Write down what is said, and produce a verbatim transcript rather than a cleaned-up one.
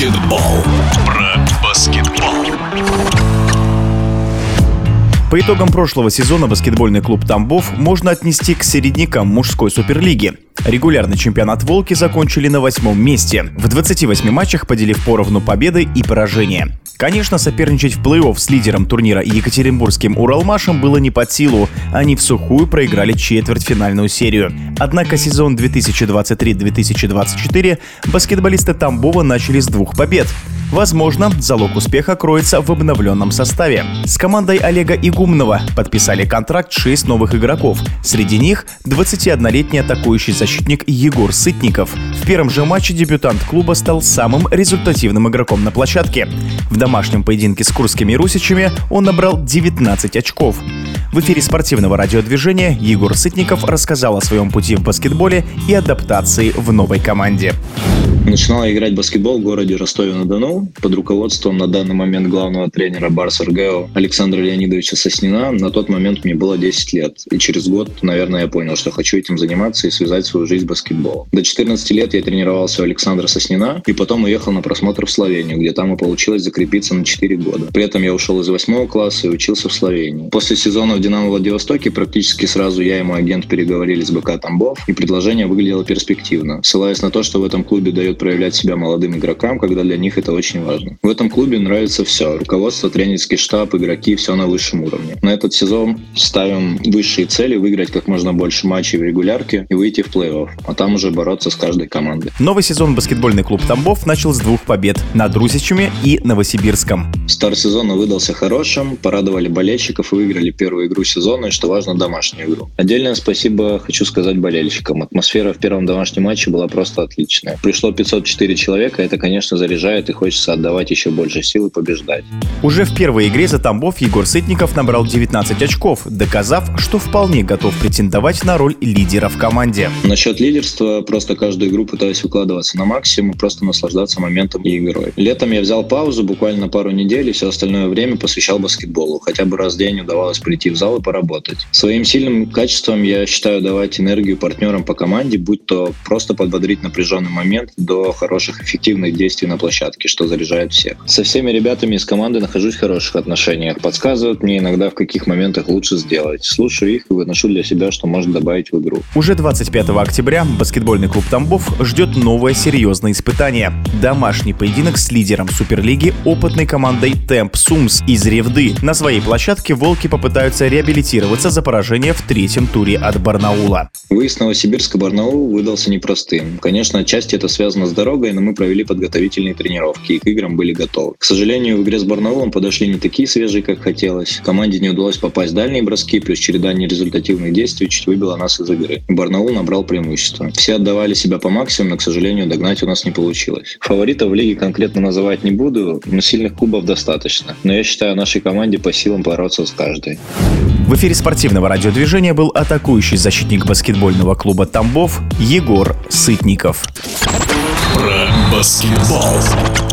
Баскетбол. Про баскетбол. По итогам прошлого сезона баскетбольный клуб «Тамбов» можно отнести к середнякам мужской суперлиги. Регулярный чемпионат «Волки» закончили на восьмом месте, в двадцати восьми матчах поделив поровну победы и поражения. Конечно, соперничать в плей-офф с лидером турнира екатеринбургским «Уралмашем» было не под силу, они всухую проиграли четвертьфинальную серию. Однако сезон две тысячи двадцать три - две тысячи двадцать четыре баскетболисты Тамбова начали с двух побед. Возможно, залог успеха кроется в обновленном составе. С командой Олега Игумнова подписали контракт шесть новых игроков. Среди них двадцатиоднолетний атакующий защитник Егор Сытников. В первом же матче дебютант клуба стал самым результативным игроком на площадке. В домашнем поединке с курскими русичами он набрал девятнадцать очков. В эфире спортивного радиодвижения Егор Сытников рассказал о своем пути в баскетболе и адаптации в новой команде. Начинал я играть в баскетбол в городе Ростове-на-Дону под руководством на данный момент главного тренера Барс РГО Александра Леонидовича Соснина. На тот момент мне было десять лет. И через год, наверное, я понял, что хочу этим заниматься и связать свою жизнь с баскетболом. До четырнадцати лет я тренировался у Александра Соснина и потом уехал на просмотр в Словению, где там и получилось закрепиться на четыре года. При этом я ушел из восьмого класса и учился в Словении. После сезона в «Динамо» Владивостоке практически сразу я и мой агент переговорили с БК «Тамбов», и предложение выглядело перспективно, ссылаясь на то, что в этом клубе дает проявлять себя молодым игрокам, когда для них это очень важно. В этом клубе нравится все. Руководство, тренерский штаб, игроки, все на высшем уровне. На этот сезон ставим высшие цели: выиграть как можно больше матчей в регулярке и выйти в плей-офф, а там уже бороться с каждой командой. Новый сезон баскетбольный клуб «Тамбов» начал с двух побед над Русичами и Новосибирском. Старт сезона выдался хорошим, порадовали болельщиков и выиграли первую игру сезона, и, что важно, домашнюю игру. Отдельное спасибо хочу сказать болельщикам. Атмосфера в первом домашнем матче была просто отличная. Пришло пятьсот четыре человека, это, конечно, заряжает и хочется отдавать еще больше сил и побеждать. Уже в первой игре за Тамбов Егор Сытников набрал девятнадцать очков, доказав, что вполне готов претендовать на роль лидера в команде. Насчет лидерства, просто каждую игру пытаюсь выкладываться на максимум, просто наслаждаться моментом и игрой. Летом я взял паузу буквально на пару недель и все остальное время посвящал баскетболу. Хотя бы раз в день удавалось прийти в зал и поработать. Своим сильным качеством я считаю давать энергию партнерам по команде, будь то просто подбодрить напряженный момент до хороших эффективных действий на площадке, что заряжает всех. Со всеми ребятами из команды нахожусь в хороших отношениях. Подсказывают мне иногда, в каких моментах лучше сделать. Слушаю их и выношу для себя, что может добавить в игру. Уже двадцать пятого октября баскетбольный клуб «Тамбов» ждет новое серьезное испытание. Домашний поединок с лидером Суперлиги, опытной командой «Темп Сумс» из Ревды. На своей площадке «Волки» попытаются реабилитироваться за поражение в третьем туре от Барнаула. Выезд Новосибирска-Барнаул выдался непростым. Конечно, отчасти это связано с дорогой, но мы провели подготовительные тренировки и к играм были готовы. К сожалению, в игре с Барнаулом подошли не такие свежие, как хотелось. Команде не удалось попасть в дальние броски, плюс череда нерезультативных действий чуть выбила нас из игры. Барнаул набрал преимущество. Все отдавали себя по максимуму, но, к сожалению, догнать у нас не получилось. Фаворитов в лиге конкретно называть не буду, но сильных клубов достаточно. Но я считаю, нашей команде по силам бороться с каждой. В эфире спортивного радиодвижения был атакующий защитник баскетбольного клуба «Тамбов» Егор Сытников. Про баскетбол.